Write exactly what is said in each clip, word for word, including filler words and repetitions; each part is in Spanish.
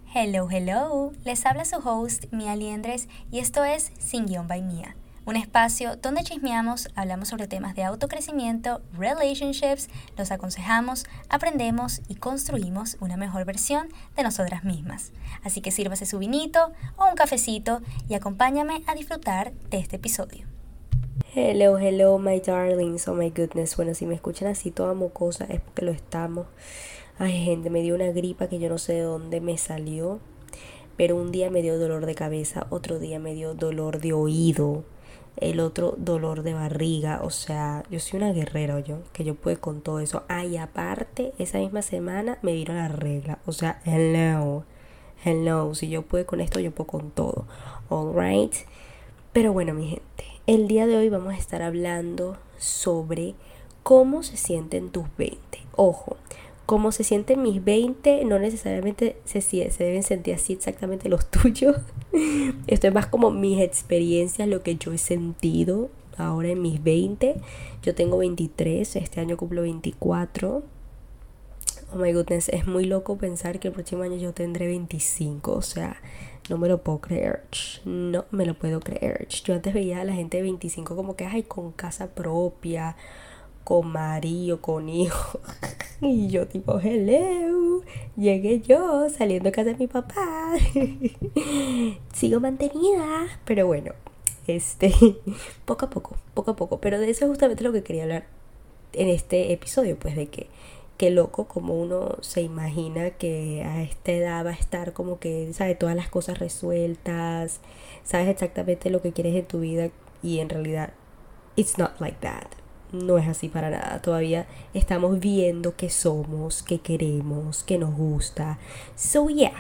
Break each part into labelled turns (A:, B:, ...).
A: Hello, hello. Les habla su host, Mía Liendres, y esto es Sin Guión by Mía, un espacio donde chismeamos, hablamos sobre temas de autocrecimiento, relationships, los aconsejamos, aprendemos y construimos una mejor versión de nosotras mismas. Así que sírvase su vinito o un cafecito y acompáñame a disfrutar de este episodio.
B: Hello, hello, my darlings, oh my goodness. Bueno, si me escuchan así toda mocosa es porque lo estamos. Ay, gente, me dio una gripa que yo no sé de dónde me salió. Pero un día me dio dolor de cabeza, otro día me dio dolor de oído, el otro dolor de barriga. O sea, yo soy una guerrera, yo, que yo puedo con todo eso. Ay, aparte, esa misma semana me vino la regla. O sea, hello, hello, si yo puedo con esto, yo puedo con todo. Alright. Pero bueno, mi gente, el día de hoy vamos a estar hablando sobre cómo se sienten tus veinte. Ojo, cómo se sienten mis veinte no necesariamente se, se deben sentir así exactamente los tuyos. Esto es más como mis experiencias, lo que yo he sentido ahora en mis veinte. Yo tengo veintitrés, este año cumplo veinticuatro. Oh my goodness, es muy loco pensar que el próximo año yo tendré veinticinco, o sea, no me lo puedo creer, no me lo puedo creer. Yo antes veía a la gente de veinticinco como que, ay, con casa propia, con marido, con hijo, y yo tipo, hello, llegué yo saliendo de casa de mi papá, sigo mantenida, pero bueno, este, poco a poco, poco a poco, pero de eso es justamente lo que quería hablar en este episodio, pues de que qué loco como uno se imagina que a esta edad va a estar como que, sabe, todas las cosas resueltas, sabes exactamente lo que quieres en tu vida y en realidad it's not like that. No es así para nada. Todavía estamos viendo qué somos, qué queremos, qué nos gusta. So yeah.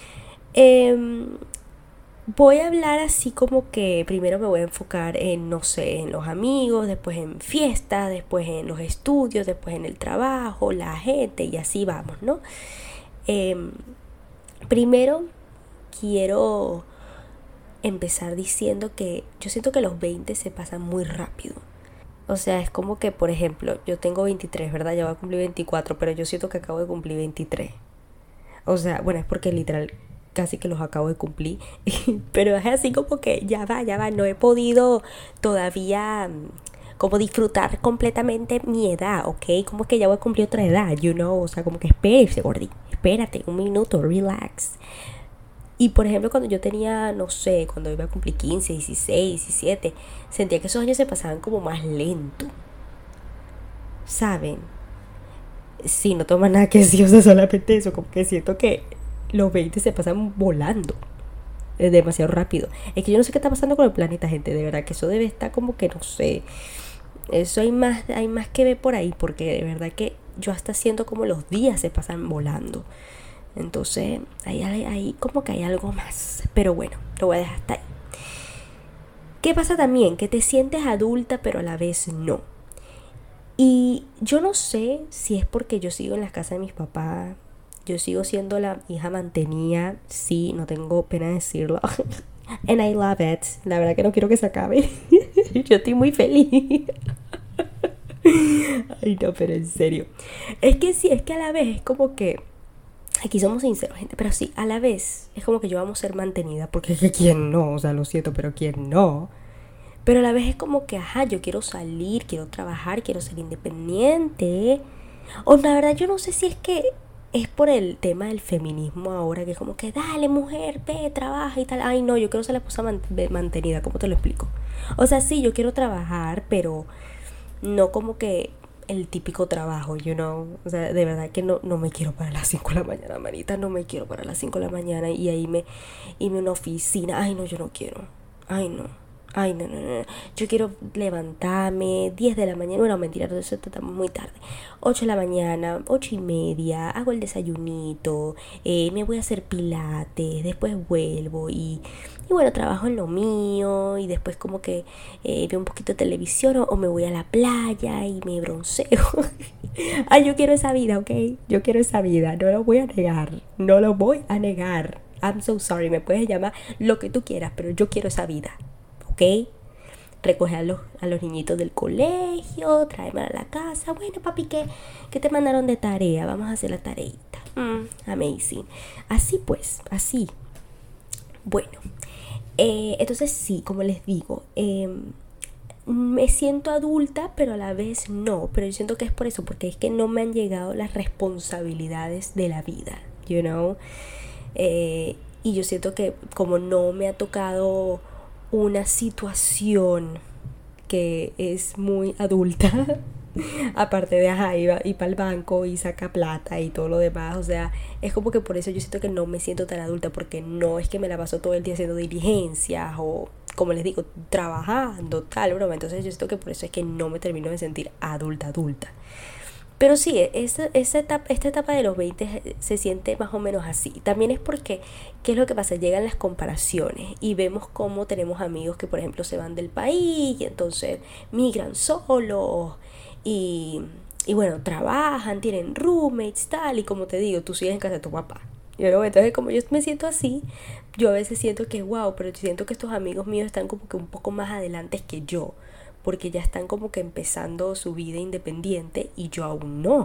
B: Um, voy a hablar así como que primero me voy a enfocar en, no sé, en los amigos, después en fiestas, después en los estudios, después en el trabajo, la gente y así vamos, ¿no? Um, primero quiero empezar diciendo que yo siento que los veinte se pasan muy rápido. O sea, es como que, por ejemplo, yo tengo veintitrés, ¿verdad? Ya voy a cumplir veinticuatro, pero yo siento que acabo de cumplir veintitrés. O sea, bueno, es porque literal casi que los acabo de cumplir. Pero es así como que ya va, ya va. No he podido todavía como disfrutar completamente mi edad, ¿ok? Como que ya voy a cumplir otra edad, you know? O sea, como que espérate, gordi, espérate un minuto, relax. Y por ejemplo, cuando yo tenía, no sé, cuando iba a cumplir quince, dieciséis, diecisiete, sentía que esos años se pasaban como más lento. ¿Saben? Sí, no toma nada que decir, o sea, solamente eso, como que siento que los veinte se pasan volando. Es demasiado rápido. Es que yo no sé qué está pasando con el planeta, gente, de verdad, que eso debe estar como que, no sé, eso hay más, hay más que ver por ahí, porque de verdad que yo hasta siento como los días se pasan volando. Entonces, ahí, ahí como que hay algo más. Pero bueno, lo voy a dejar hasta ahí. ¿Qué pasa también? Que te sientes adulta, pero a la vez no. Y yo no sé si es porque yo sigo en la casa de mis papás. Yo sigo siendo la hija mantenida. Sí, no tengo pena de decirlo. And I love it. La verdad que no quiero que se acabe. Yo estoy muy feliz. Ay, no, pero en serio. Es que sí, es que a la vez es como que aquí somos sinceros, gente, pero sí, a la vez es como que yo vamos a ser mantenida, porque es que quién no, o sea, lo siento, pero quién no. Pero a la vez es como que, ajá, yo quiero salir, quiero trabajar, quiero ser independiente. O la verdad yo no sé si es que es por el tema del feminismo ahora, que es como que, dale mujer, ve, trabaja y tal. Ay no, yo quiero ser la esposa man- mantenida, ¿cómo te lo explico? O sea, sí, yo quiero trabajar, pero no como que el típico trabajo, you know, o sea, de verdad que no, no me quiero para las cinco de la mañana, manita, no me quiero para las cinco de la mañana y ahí me, irme a una oficina, ay no, yo no quiero, ay no, ay no, no, no, yo quiero levantarme diez de la mañana, bueno, mentira, entonces estamos muy tarde, ocho de la mañana, ocho y media, hago el desayunito, eh, me voy a hacer pilates, después vuelvo y... Y bueno, trabajo en lo mío y después como que eh, veo un poquito de televisión o, o me voy a la playa y me bronceo. Ay, yo quiero esa vida, ¿ok? Yo quiero esa vida, no lo voy a negar, no lo voy a negar. I'm so sorry, me puedes llamar lo que tú quieras, pero yo quiero esa vida, ¿ok? recoger a los, a los niñitos del colegio, traerme a la casa. Bueno, papi, ¿qué, ¿qué te mandaron de tarea? Vamos a hacer la tareita. Mm, amazing. Así pues, así. Bueno, eh, entonces sí, como les digo, eh, me siento adulta, pero a la vez no. Pero yo siento que es por eso, porque es que no me han llegado las responsabilidades de la vida, you know. Eh, y yo siento que como no me ha tocado una situación que es muy adulta, aparte de ajá, ir, ir para el banco y saca plata y todo lo demás, o sea, es como que por eso yo siento que no me siento tan adulta, porque no es que me la paso todo el día haciendo diligencias o, como les digo, trabajando, tal, broma. Entonces yo siento que por eso es que no me termino de sentir adulta, adulta. Pero sí, esa, esa etapa, esta etapa de los veinte se siente más o menos así. También es porque, ¿qué es lo que pasa? Llegan las comparaciones y vemos cómo tenemos amigos que, por ejemplo, se van del país y entonces migran solos y, y bueno, trabajan, tienen roommates, tal, y como te digo, tú sigues en casa de tu papá. Y luego, entonces, como yo me siento así, yo a veces siento que, wow, pero siento que estos amigos míos están como que un poco más adelante que yo, porque ya están como que empezando su vida independiente y yo aún no.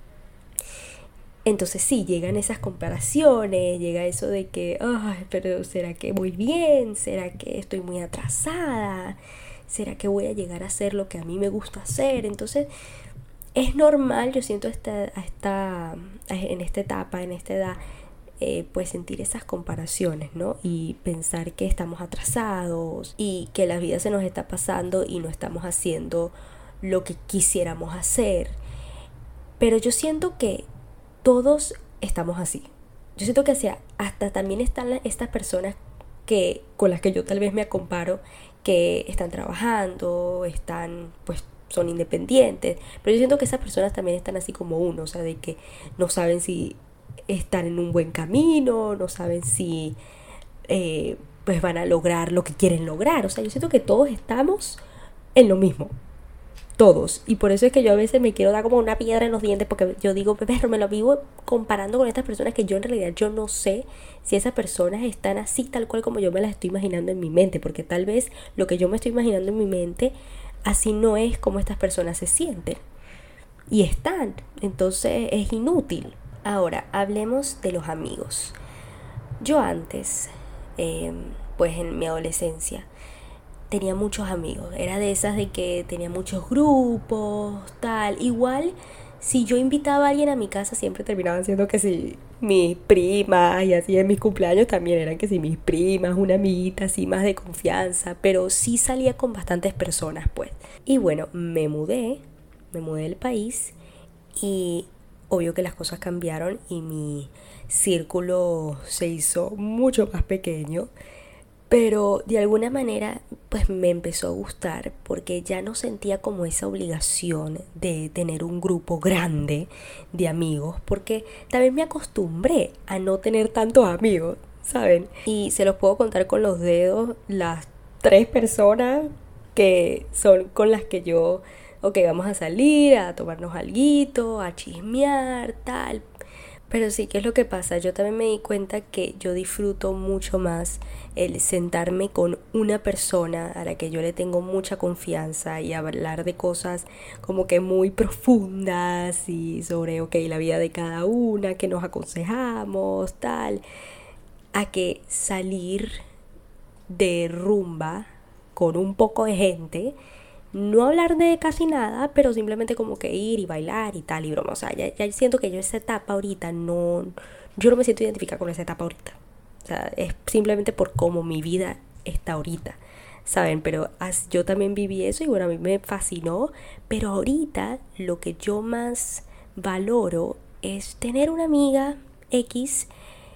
B: Entonces sí, llegan esas comparaciones, llega eso de que, ay, pero ¿será que voy bien? ¿Será que estoy muy atrasada? ¿Será que voy a llegar a hacer lo que a mí me gusta hacer? Entonces es normal, yo siento esta, esta, en esta etapa, en esta edad, Eh, pues sentir esas comparaciones, ¿no? Y pensar que estamos atrasados y que la vida se nos está pasando y no estamos haciendo lo que quisiéramos hacer. Pero yo siento que todos estamos así. Yo siento que hacia, hasta también están las, estas personas que, con las que yo tal vez me comparo, que están trabajando, están, pues, son independientes. Pero yo siento que esas personas también están así como uno, o sea, de que no saben si están en un buen camino, no saben si eh, pues van a lograr lo que quieren lograr. O sea, yo siento que todos estamos en lo mismo, todos, y por eso es que yo a veces me quiero dar como una piedra en los dientes, porque yo digo, pero me lo vivo comparando con estas personas que yo en realidad yo no sé si esas personas están así tal cual como yo me las estoy imaginando en mi mente, porque tal vez lo que yo me estoy imaginando en mi mente así no es como estas personas se sienten y están, entonces es inútil. Ahora, hablemos de los amigos. Yo antes, eh, pues en mi adolescencia, tenía muchos amigos. Era de esas de que tenía muchos grupos, tal. Igual, si yo invitaba a alguien a mi casa, siempre terminaban siendo que si mis primas, y así en mis cumpleaños también eran que si mis primas, una amiguita así más de confianza. Pero sí salía con bastantes personas, pues. Y bueno, me mudé, me mudé del país y obvio que las cosas cambiaron y mi círculo se hizo mucho más pequeño, pero de alguna manera pues me empezó a gustar porque ya no sentía como esa obligación de tener un grupo grande de amigos, porque también me acostumbré a no tener tantos amigos, ¿saben? Y se los puedo contar con los dedos las tres personas que son con las que yo, ok, vamos a salir, a tomarnos alguito, a chismear, tal. Pero sí, ¿qué es lo que pasa? Yo también me di cuenta que yo disfruto mucho más el sentarme con una persona a la que yo le tengo mucha confianza y hablar de cosas como que muy profundas y sobre, ok, la vida de cada una, que nos aconsejamos, tal, a que salir de rumba con un poco de gente, no hablar de casi nada, pero simplemente como que ir y bailar y tal y broma. O sea, ya, ya siento que yo esa etapa ahorita no, yo no me siento identificada con esa etapa ahorita. O sea, es simplemente por cómo mi vida está ahorita, ¿saben? Pero as, yo también viví eso y bueno, a mí me fascinó. Pero ahorita lo que yo más valoro es tener una amiga X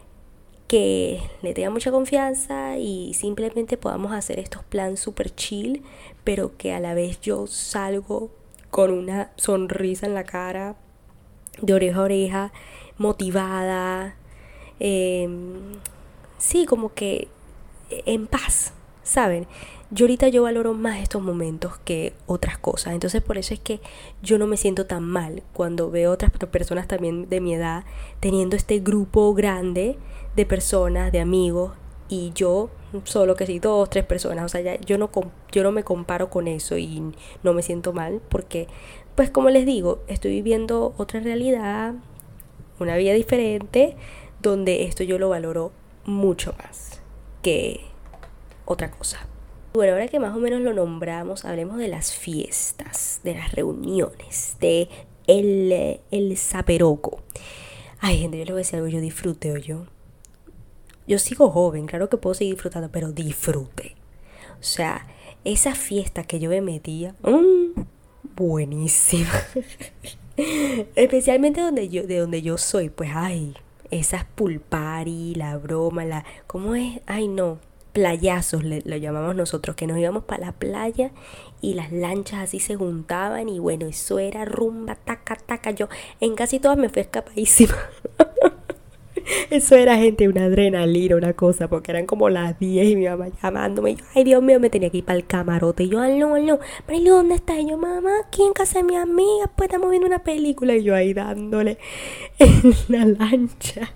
B: que le tenga mucha confianza y simplemente podamos hacer estos planes super chill, pero que a la vez yo salgo con una sonrisa en la cara, de oreja a oreja, motivada, eh, sí, como que en paz, ¿saben? Yo ahorita yo valoro más estos momentos que otras cosas, entonces por eso es que yo no me siento tan mal cuando veo otras personas también de mi edad teniendo este grupo grande de personas, de amigos, y yo solo que sí, dos, tres personas. O sea, ya yo no, yo no me comparo con eso y no me siento mal porque, pues como les digo, estoy viviendo otra realidad, una vida diferente, donde esto yo lo valoro mucho más que otra cosa. Bueno, ahora que más o menos lo nombramos, hablemos de las fiestas, de las reuniones, de el, el zaperoco. Ay, gente, yo les voy a decir algo, yo disfruté, o yo. Yo sigo joven, claro que puedo seguir disfrutando, pero disfruté. O sea, esa fiesta que yo me metía, mmm, buenísima. Especialmente donde yo, de donde yo soy, pues, ay, esas pool party, la broma, la, ¿cómo es? Ay, no. Playazos le, lo llamamos nosotros, que nos íbamos para la playa y las lanchas así se juntaban y bueno, eso era rumba, taca, taca. Yo en casi todas me fui escapadísima. Eso era, gente, una adrenalina, una cosa, porque eran como las diez y mi mamá llamándome. Y yo, ay, Dios mío, me tenía que ir para el camarote. Y yo, ay, no, no, Marilu, ¿dónde estás? Y yo, mamá, aquí en casa de mi amiga, pues estamos viendo una película. Y yo ahí dándole en la lancha.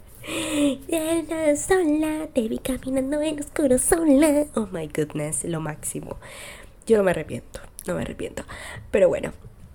B: Sola, te vi caminando en oscuro sola. Oh my goodness, lo máximo. Yo no me arrepiento, no me arrepiento. Pero bueno,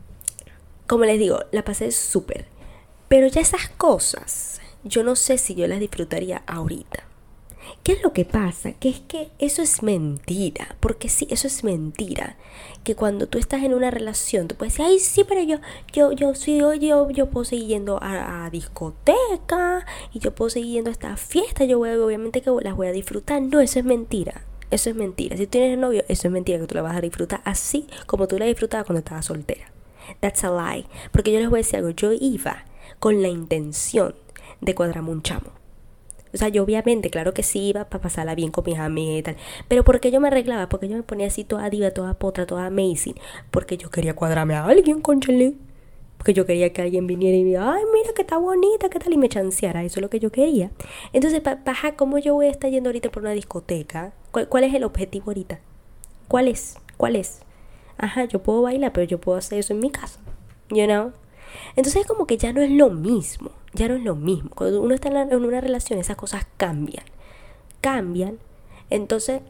B: como les digo, la pasé súper. Pero ya esas cosas, yo no sé si yo las disfrutaría ahorita. ¿Qué es lo que pasa? Que es que eso es mentira. Porque sí, eso es mentira. Que cuando tú estás en una relación, tú puedes decir, ay, sí, pero yo, yo, yo, sí, yo, yo, yo puedo seguir yendo a, a discoteca y yo puedo seguir yendo a esta fiesta. Yo voy, obviamente que las voy a disfrutar. No, eso es mentira. Eso es mentira. Si tú tienes novio, eso es mentira, que tú la vas a disfrutar así como tú la disfrutabas cuando estabas soltera. That's a lie. Porque yo les voy a decir algo. Yo iba con la intención de cuadrarme un chamo. O sea, yo obviamente, claro que sí iba para pasarla bien con mis amigas y tal. Pero ¿por qué yo me arreglaba? Porque yo me ponía así toda diva, toda potra, toda amazing. Porque yo quería cuadrarme a alguien, cónchale. Porque yo quería que alguien viniera y me diga, ay, mira que está bonita, qué tal, y me chanceara. Eso es lo que yo quería. Entonces, paja, ¿cómo yo voy a estar yendo ahorita por una discoteca? ¿Cuál, cuál es el objetivo ahorita? ¿Cuál es? ¿Cuál es? Ajá, yo puedo bailar, pero yo puedo hacer eso en mi casa. You know? Entonces, como que ya no es lo mismo. Ya no es lo mismo. Cuando uno está en, la, en una relación, esas cosas cambian. Cambian. Entonces,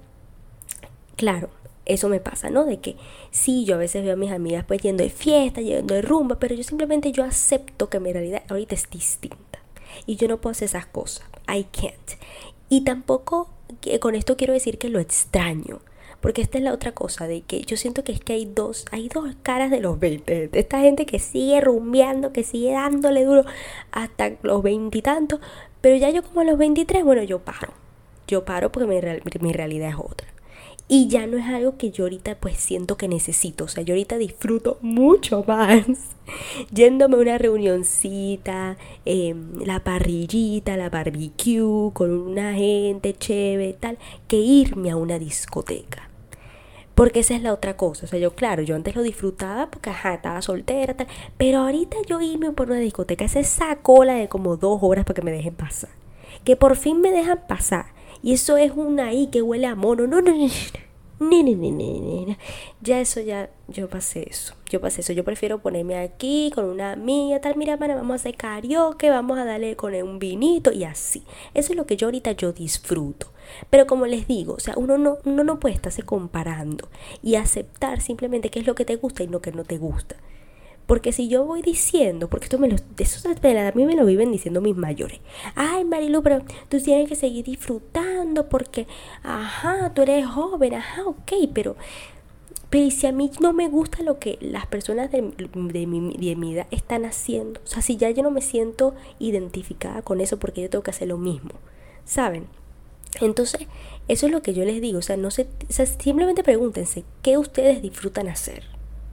B: claro, eso me pasa, ¿no? De que sí, yo a veces veo a mis amigas pues yendo de fiesta, yendo de rumba, pero yo simplemente yo acepto que mi realidad ahorita es distinta. Y yo no puedo hacer esas cosas. I can't. Y tampoco, que con esto quiero decir que lo extraño. Porque esta es la otra cosa, de que yo siento que es que hay dos, hay dos caras de los veinte. Esta gente que sigue rumbeando, que sigue dándole duro hasta los veintitantos. Pero ya yo como a los veintitrés, bueno, yo paro. Yo paro porque mi, real, mi realidad es otra. Y ya no es algo que yo ahorita pues siento que necesito. O sea, yo ahorita disfruto mucho más yéndome a una reunioncita, eh, la parrillita, la barbecue, con una gente chévere, tal, que irme a una discoteca. Porque esa es la otra cosa. O sea, yo, claro, yo antes lo disfrutaba porque, ajá, estaba soltera, tal. Pero ahorita yo irme por una discoteca, es esa cola de como dos horas para que me dejen pasar. Que por fin me dejan pasar. Y eso es una ahí que huele a mono. No, no, no, no. No, no, no, no, no. Ya eso, ya, yo pasé eso. Yo pasé eso. Yo prefiero ponerme aquí con una amiga, tal, mira, mana, vamos a hacer karaoke, vamos a darle con un vinito y así. Eso es lo que yo ahorita yo disfruto. Pero como les digo, o sea, uno no, uno no puede estarse comparando y aceptar simplemente qué es lo que te gusta y lo que no te gusta. Porque si yo voy diciendo, porque esto me lo, eso a mí me lo viven diciendo mis mayores. Ay, Marilu, pero tú tienes que seguir disfrutando porque, ajá, tú eres joven, ajá, ok, pero, pero si a mí no me gusta lo que las personas de, de, mi, de mi edad están haciendo, o sea, si ya yo no me siento identificada con eso porque yo tengo que hacer lo mismo, ¿saben? Entonces, eso es lo que yo les digo, o sea, no se, o sea, simplemente pregúntense, ¿qué ustedes disfrutan hacer?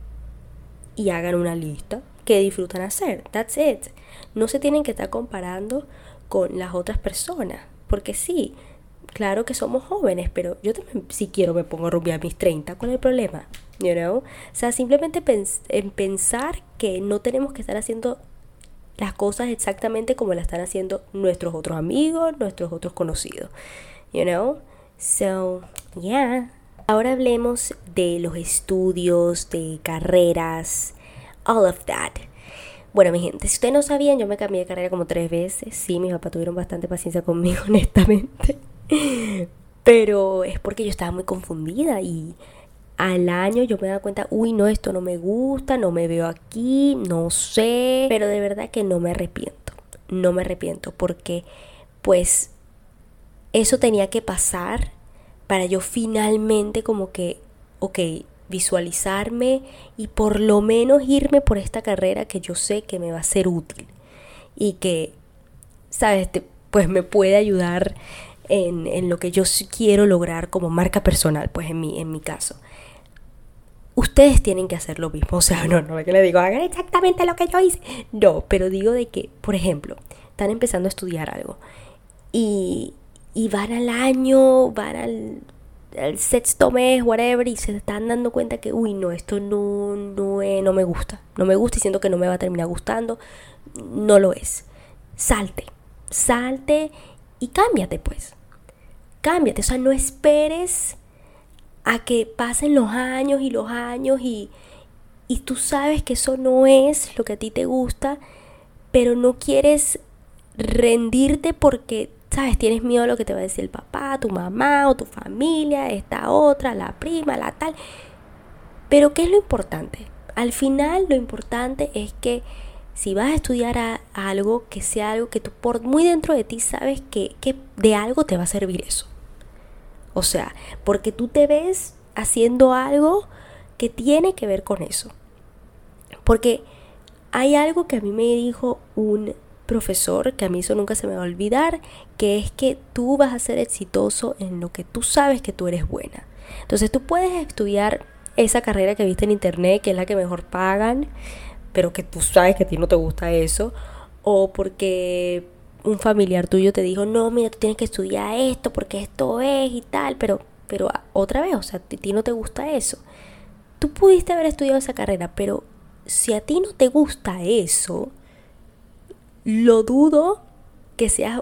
B: Y hagan una lista que disfrutan hacer. That's it. No se tienen que estar comparando con las otras personas. Porque sí, claro que somos jóvenes, pero yo también, si quiero, me pongo a rumbear a mis treinta. ¿Cuál es el problema? You know? O sea, simplemente pens- en pensar que no tenemos que estar haciendo las cosas exactamente como las están haciendo nuestros otros amigos, nuestros otros conocidos. You know? So, yeah. Ahora hablemos de los estudios, de carreras, all of that. Bueno, mi gente, si ustedes no sabían, yo me cambié de carrera como tres veces. Sí, mis papás tuvieron bastante paciencia conmigo, honestamente. Pero es porque yo estaba muy confundida y al año yo me daba cuenta, uy, no, esto no me gusta, no me veo aquí, no sé. Pero de verdad que no me arrepiento, no me arrepiento porque pues eso tenía que pasar para yo finalmente como que, ok, visualizarme y por lo menos irme por esta carrera que yo sé que me va a ser útil y que, sabes, te, pues me puede ayudar en, en lo que yo quiero lograr como marca personal, pues en mi, en mi caso. Ustedes tienen que hacer lo mismo, o sea, no, no es que le digo, hagan exactamente lo que yo hice, no, pero digo de que, por ejemplo, están empezando a estudiar algo y, y van al año, van al, al sexto mes, whatever, y se están dando cuenta que, uy, no, esto no, no, es, no me gusta, no me gusta y siento que no me va a terminar gustando, no lo es. Salte, salte y cámbiate pues, cámbiate, o sea, no esperes a que pasen los años y los años y, y tú sabes que eso no es lo que a ti te gusta, pero no quieres rendirte porque, sabes, tienes miedo a lo que te va a decir el papá, tu mamá o tu familia, esta otra, la prima, la tal. Pero ¿qué es lo importante? Al final lo importante es que si vas a estudiar a, a algo, que sea algo que tú por muy dentro de ti sabes que, que de algo te va a servir eso. O sea, porque tú te ves haciendo algo que tiene que ver con eso. Porque hay algo que a mí me dijo un profesor, que a mí eso nunca se me va a olvidar, que es que tú vas a ser exitoso en lo que tú sabes que tú eres buena. Entonces tú puedes estudiar esa carrera que viste en internet, que es la que mejor pagan, pero que tú sabes que a ti no te gusta eso, o porque un familiar tuyo te dijo, no, mira, tú tienes que estudiar esto porque esto es y tal, pero, pero otra vez, o sea, a ti no te gusta eso. Tú pudiste haber estudiado esa carrera, pero si a ti no te gusta eso, lo dudo que seas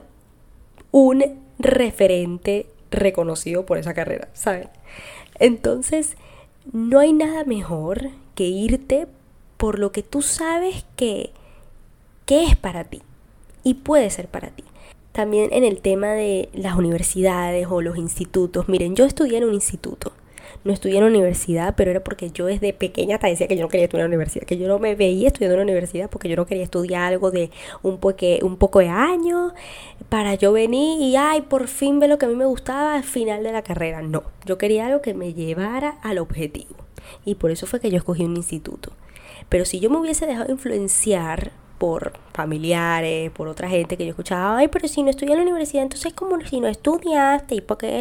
B: un referente reconocido por esa carrera, ¿saben? Entonces, no hay nada mejor que irte por lo que tú sabes que, que es para ti. Y puede ser para ti. También en el tema de las universidades o los institutos. Miren, yo estudié en un instituto. No estudié en una universidad, pero era porque yo desde pequeña hasta decía que yo no quería estudiar en una universidad. Que yo no me veía estudiando en una universidad porque yo no quería estudiar algo de un, poque, un poco de años para yo venir y, ay, por fin ver lo que a mí me gustaba al final de la carrera. No, yo quería algo que me llevara al objetivo. Y por eso fue que yo escogí un instituto. Pero si yo me hubiese dejado influenciar por familiares, por otra gente que yo escuchaba, ay, pero si no estudié en la universidad, entonces como si no estudiaste, y porque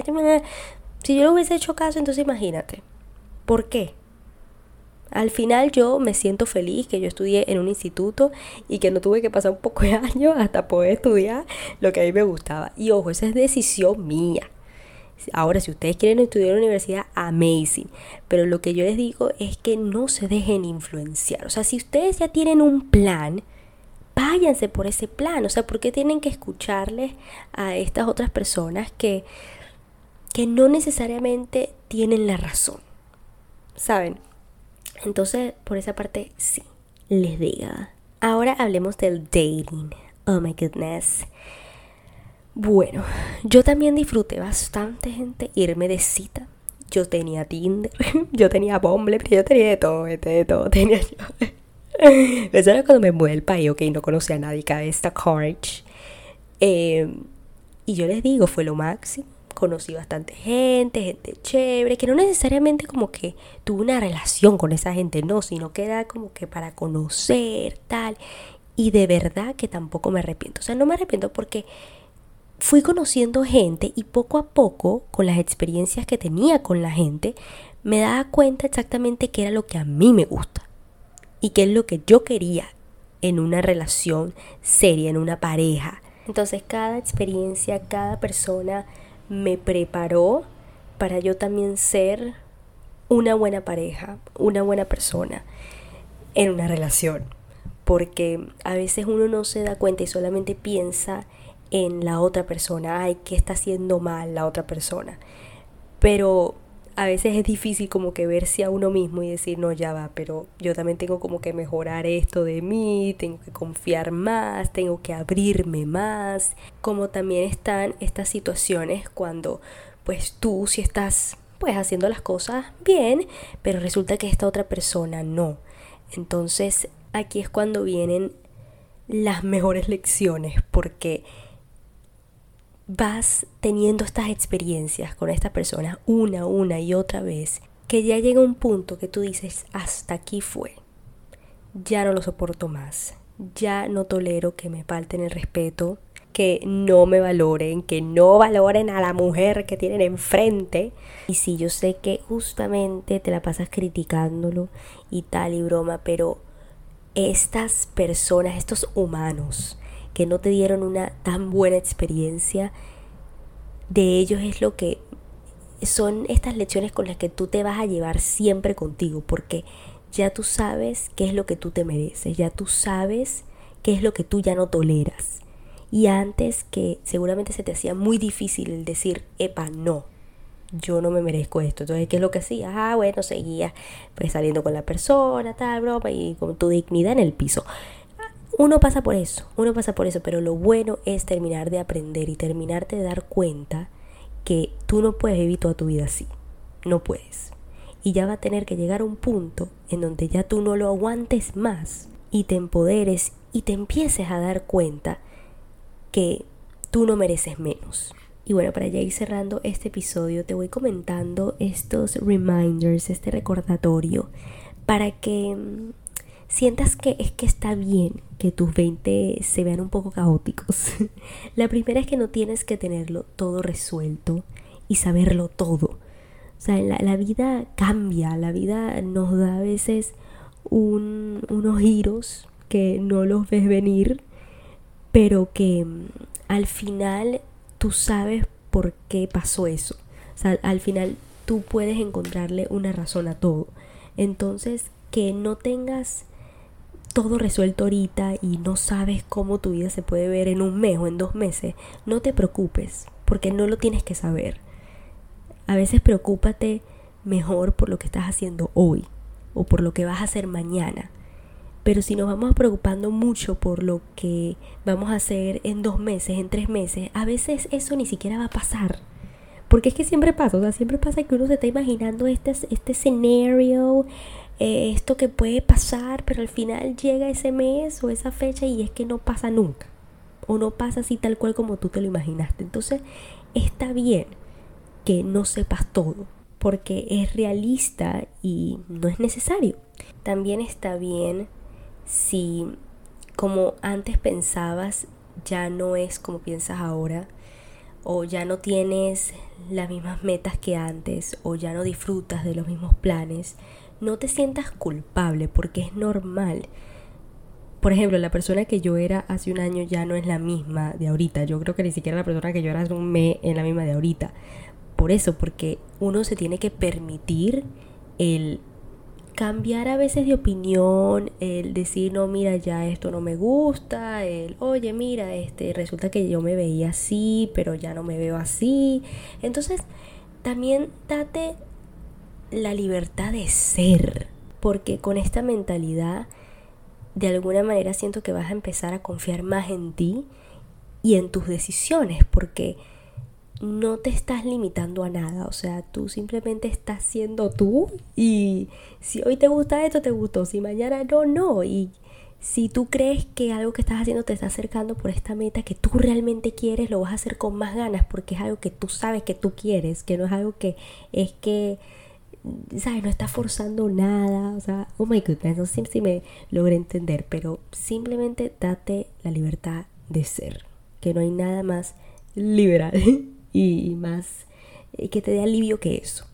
B: si yo le hubiese hecho caso, entonces imagínate, ¿por qué? Al final yo me siento feliz que yo estudié en un instituto y que no tuve que pasar un poco de años hasta poder estudiar lo que a mí me gustaba. Y ojo, esa es decisión mía. Ahora, si ustedes quieren estudiar en la universidad, amazing. Pero lo que yo les digo es que no se dejen influenciar. O sea, si ustedes ya tienen un plan, váyanse por ese plan. O sea, ¿por qué tienen que escucharles a estas otras personas que, que no necesariamente tienen la razón? ¿Saben? Entonces, por esa parte, sí, les diga. Ahora hablemos del dating. Oh my goodness. Bueno, yo también disfruté bastante, gente, irme de cita. Yo tenía Tinder, yo tenía Bumble, pero yo tenía de todo, de todo, tenía yo. Eso era cuando me mudé del país, ok, no conocía a nadie, cada vez está courage. Eh, y yo les digo, fue lo máximo. Conocí bastante gente, gente chévere, que no necesariamente como que tuve una relación con esa gente, no, sino que era como que para conocer, tal. Y de verdad que tampoco me arrepiento. O sea, no me arrepiento porque fui conociendo gente y poco a poco, con las experiencias que tenía con la gente, me daba cuenta exactamente qué era lo que a mí me gusta y qué es lo que yo quería en una relación seria, en una pareja. Entonces cada experiencia, cada persona me preparó para yo también ser una buena pareja, una buena persona en una relación. Porque a veces uno no se da cuenta y solamente piensa en la otra persona, ay, ¿qué está haciendo mal la otra persona? Pero a veces es difícil como que verse a uno mismo y decir, no, ya va, pero yo también tengo como que mejorar esto de mí, tengo que confiar más, tengo que abrirme más. Como también están estas situaciones cuando pues tú sí estás pues haciendo las cosas bien, pero resulta que esta otra persona no. Entonces aquí es cuando vienen las mejores lecciones, porque vas teniendo estas experiencias con esta persona una, una y otra vez, que ya llega un punto que tú dices, hasta aquí fue, ya no lo soporto más, ya no tolero que me falten el respeto, que no me valoren, que no valoren a la mujer que tienen enfrente. Y sí, yo sé que justamente te la pasas criticándolo y tal y broma, pero estas personas, estos humanos que no te dieron una tan buena experiencia, de ellos es lo que son estas lecciones con las que tú te vas a llevar siempre contigo, porque ya tú sabes qué es lo que tú te mereces, ya tú sabes qué es lo que tú ya no toleras. Y antes, que seguramente se te hacía muy difícil el decir, epa, no, yo no me merezco esto. Entonces, ¿qué es lo que hacías? Ah, bueno, seguías pues saliendo con la persona, tal, broma, y con tu dignidad en el piso. Uno pasa por eso, uno pasa por eso, pero lo bueno es terminar de aprender y terminarte de dar cuenta que tú no puedes vivir toda tu vida así. No puedes. Y ya va a tener que llegar a un punto en donde ya tú no lo aguantes más y te empoderes y te empieces a dar cuenta que tú no mereces menos. Y bueno, para ya ir cerrando este episodio, te voy comentando estos reminders, este recordatorio, para que mmm, sientas que es que está bien que tus veinte se vean un poco caóticos. La primera es que no tienes que tenerlo todo resuelto y saberlo todo. O sea, la, la vida cambia, la vida nos da a veces un, unos giros que no los ves venir, pero que um, al final tú sabes por qué pasó eso. O sea, al final tú puedes encontrarle una razón a todo. Entonces, que no tengas todo resuelto ahorita y no sabes cómo tu vida se puede ver en un mes o en dos meses, no te preocupes, porque no lo tienes que saber. A veces preocúpate mejor por lo que estás haciendo hoy o por lo que vas a hacer mañana. Pero si nos vamos preocupando mucho por lo que vamos a hacer en dos meses, en tres meses, a veces eso ni siquiera va a pasar. Porque es que siempre pasa, o sea, siempre pasa que uno se está imaginando este, este escenario, eh, esto que puede pasar, pero al final llega ese mes o esa fecha y es que no pasa nunca. O no pasa así tal cual como tú te lo imaginaste. Entonces, está bien que no sepas todo, porque es realista y no es necesario. También está bien si, como antes pensabas, ya no es como piensas ahora, o ya no tienes las mismas metas que antes, o ya no disfrutas de los mismos planes. No te sientas culpable, porque es normal. Por ejemplo, la persona que yo era hace un año ya no es la misma de ahorita. Yo creo que ni siquiera la persona que yo era hace un mes es la misma de ahorita. Por eso, porque uno se tiene que permitir el cambiar a veces de opinión, el decir, no, mira, ya esto no me gusta, el, oye, mira, este, resulta que yo me veía así, pero ya no me veo así. Entonces, también date la libertad de ser, porque con esta mentalidad, de alguna manera siento que vas a empezar a confiar más en ti y en tus decisiones, porque no te estás limitando a nada. O sea, tú simplemente estás siendo tú, y si hoy te gusta esto, te gustó, si mañana no, no. Y si tú crees que algo que estás haciendo te está acercando por esta meta que tú realmente quieres, lo vas a hacer con más ganas, porque es algo que tú sabes que tú quieres, que no es algo que es que, ¿sabes? No estás forzando nada. O sea, oh my goodness, no sé si me logré entender, pero simplemente date la libertad de ser, que no hay nada más liberal y más eh, que te dé alivio que eso.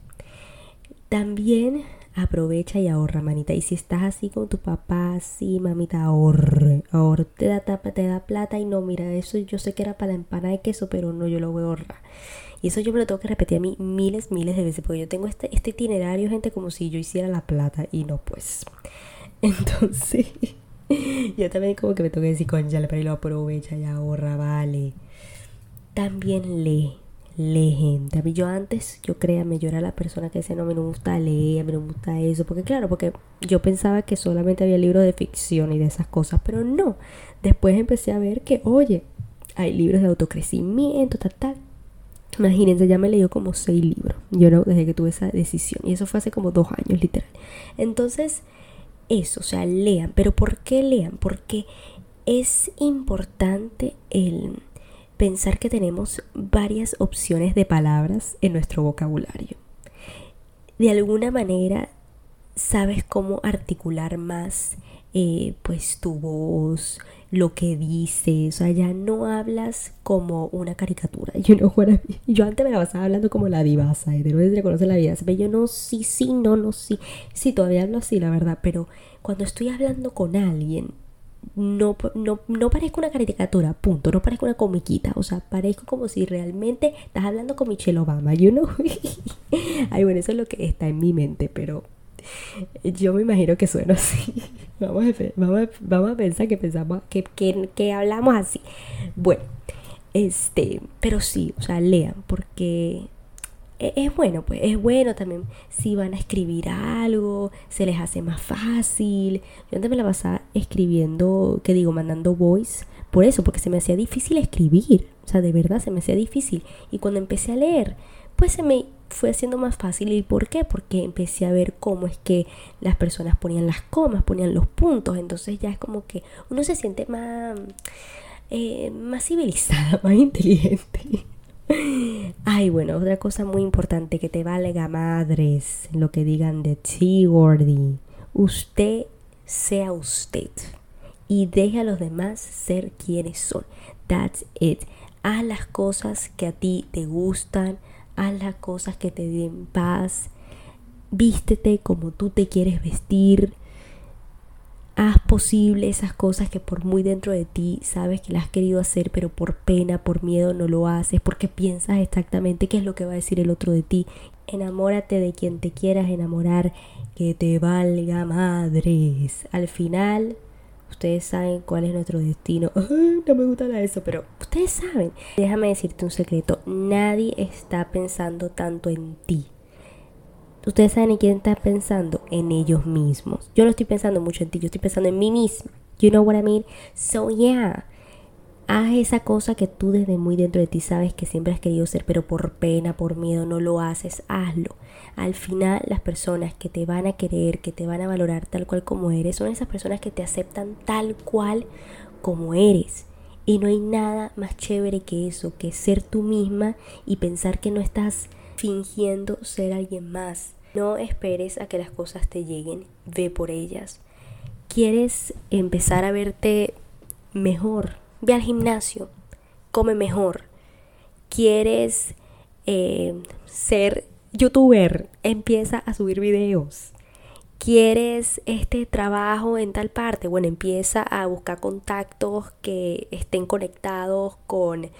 B: También aprovecha y ahorra, manita. Y si estás así con tu papá, sí, mamita, ahorre, ahorre. Te da tapa, te da plata y no, mira, eso yo sé que era para la empanada de queso, pero no, yo lo voy a ahorrar. Y eso yo me lo tengo que repetir a mí miles, miles de veces, porque yo tengo este, este itinerario, gente, como si yo hiciera la plata, y no, pues. Entonces, yo también como que me tengo que decir, concha, pero lo aprovecha y ahorra, vale. También lee. lee, gente. A mí yo antes, yo créame, yo era la persona que decía, no, a mí no me gusta leer, a mí no me gusta eso. Porque claro, porque yo pensaba que solamente había libros de ficción y de esas cosas, pero no. Después empecé a ver que, oye, hay libros de autocrecimiento, tal, tal. Imagínense, ya me leí como seis libros. Yo no, desde que tuve esa decisión. Y eso fue hace como dos años, literal. Entonces, eso, o sea, lean. ¿Pero por qué lean? Porque es importante el pensar que tenemos varias opciones de palabras en nuestro vocabulario. De alguna manera, sabes cómo articular más eh, pues tu voz, lo que dices, o sea, ya no hablas como una caricatura. You know what I mean? Yo antes me la pasaba hablando como la divasa, y de no reconoce la vida, pero yo no, sí, sí, no, no, sí, sí, todavía hablo así, la verdad, pero cuando estoy hablando con alguien, no, no, no parezco una caricatura, punto, no parezco una comiquita, o sea, parezco como si realmente estás hablando con Michelle Obama, you know. Ay, bueno, eso es lo que está en mi mente, pero yo me imagino que suena así. Vamos a, vamos a, vamos a pensar que pensamos que, que, que hablamos así. Bueno, este, pero sí, o sea, lean, porque es, es bueno, pues, es bueno también si van a escribir algo, se les hace más fácil. Yo antes me la pasaba escribiendo, ¿qué digo? Mandando voice, por eso, porque se me hacía difícil escribir, o sea, de verdad se me hacía difícil. Y cuando empecé a leer, pues se me fue haciendo más fácil. ¿Y por qué? Porque empecé a ver cómo es que las personas ponían las comas, ponían los puntos. Entonces ya es como que uno se siente más, eh, más civilizada, más inteligente. Ay, bueno, otra cosa muy importante, que te valga madres lo que digan de ti, Gordy. Usted sea usted y deje a los demás ser quienes son. That's it. Haz las cosas que a ti te gustan. Haz las cosas que te den paz. Vístete como tú te quieres vestir. Haz posible esas cosas que por muy dentro de ti sabes que las has querido hacer, pero por pena, por miedo no lo haces, porque piensas exactamente qué es lo que va a decir el otro de ti. Enamórate de quien te quieras enamorar, que te valga madres. Al final, ustedes saben cuál es nuestro destino. Ay, no me gusta nada eso, pero ustedes saben. Déjame decirte un secreto. Nadie está pensando tanto en ti. Ustedes saben en quién está pensando, en ellos mismos. Yo no estoy pensando mucho en ti, yo estoy pensando en mí misma. You know what I mean? So yeah, haz esa cosa que tú desde muy dentro de ti sabes que siempre has querido ser, pero por pena, por miedo no lo haces. Hazlo. Al final, las personas que te van a querer, que te van a valorar tal cual como eres, son esas personas que te aceptan tal cual como eres. Y no hay nada más chévere que eso, que ser tú misma y pensar que no estás fingiendo ser alguien más. No esperes a que las cosas te lleguen, ve por ellas. ¿Quieres empezar a verte mejor? Ve al gimnasio, come mejor. ¿Quieres eh, ser youtuber? Empieza a subir videos. ¿Quieres este trabajo en tal parte? Bueno, empieza a buscar contactos que estén conectados con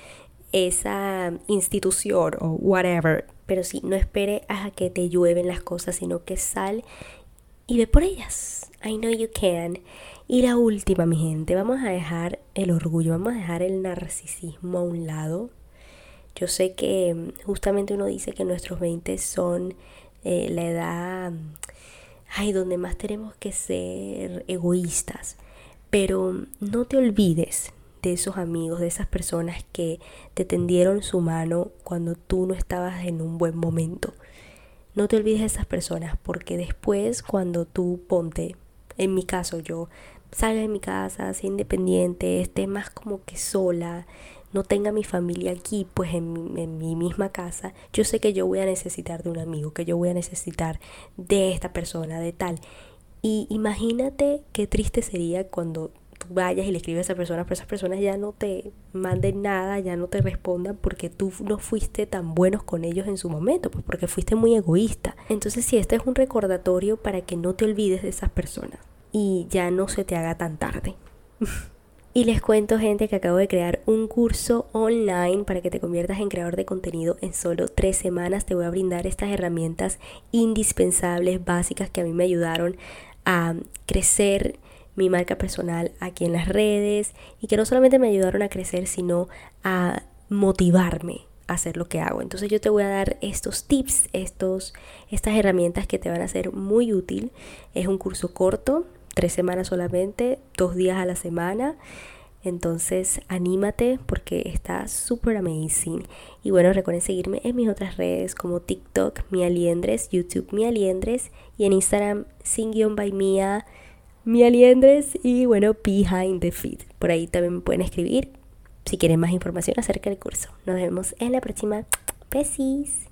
B: esa institución o whatever. Pero sí, no espere a que te llueven las cosas, sino que sal y ve por ellas. I know you can. Y la última, mi gente, vamos a dejar el orgullo, vamos a dejar el narcisismo a un lado. Yo sé que justamente uno dice que nuestros veinte son eh, la edad, ay, donde más tenemos que ser egoístas. Pero no te olvides de esos amigos, de esas personas que te tendieron su mano cuando tú no estabas en un buen momento. No te olvides de esas personas, porque después cuando tú ponte, en mi caso yo, salga de mi casa, sea independiente, esté más como que sola, no tenga mi familia aquí, pues en, en mi misma casa, yo sé que yo voy a necesitar de un amigo, que yo voy a necesitar de esta persona, de tal. Y imagínate qué triste sería cuando tú vayas y le escribes a esa persona, pero esas personas ya no te manden nada, ya no te respondan porque tú no fuiste tan buenos con ellos en su momento, pues porque fuiste muy egoísta. Entonces sí, este es un recordatorio para que no te olvides de esas personas y ya no se te haga tan tarde. Y les cuento, gente, que acabo de crear un curso online para que te conviertas en creador de contenido en solo tres semanas. Te voy a brindar estas herramientas indispensables, básicas, que a mí me ayudaron a crecer mi marca personal aquí en las redes y que no solamente me ayudaron a crecer, sino a motivarme hacer lo que hago. Entonces yo te voy a dar estos tips, estos, estas herramientas que te van a ser muy útil. Es un curso corto, tres semanas solamente, dos días a la semana. Entonces anímate porque está súper amazing. Y bueno, recuerden seguirme en mis otras redes como TikTok, Mía Liendres, YouTube Mía Liendres y en Instagram Sing-by-Mía, Mía Liendres y bueno, Behind the Feed. Por ahí también me pueden escribir si quieren más información acerca del curso. Nos vemos en la próxima. Besis.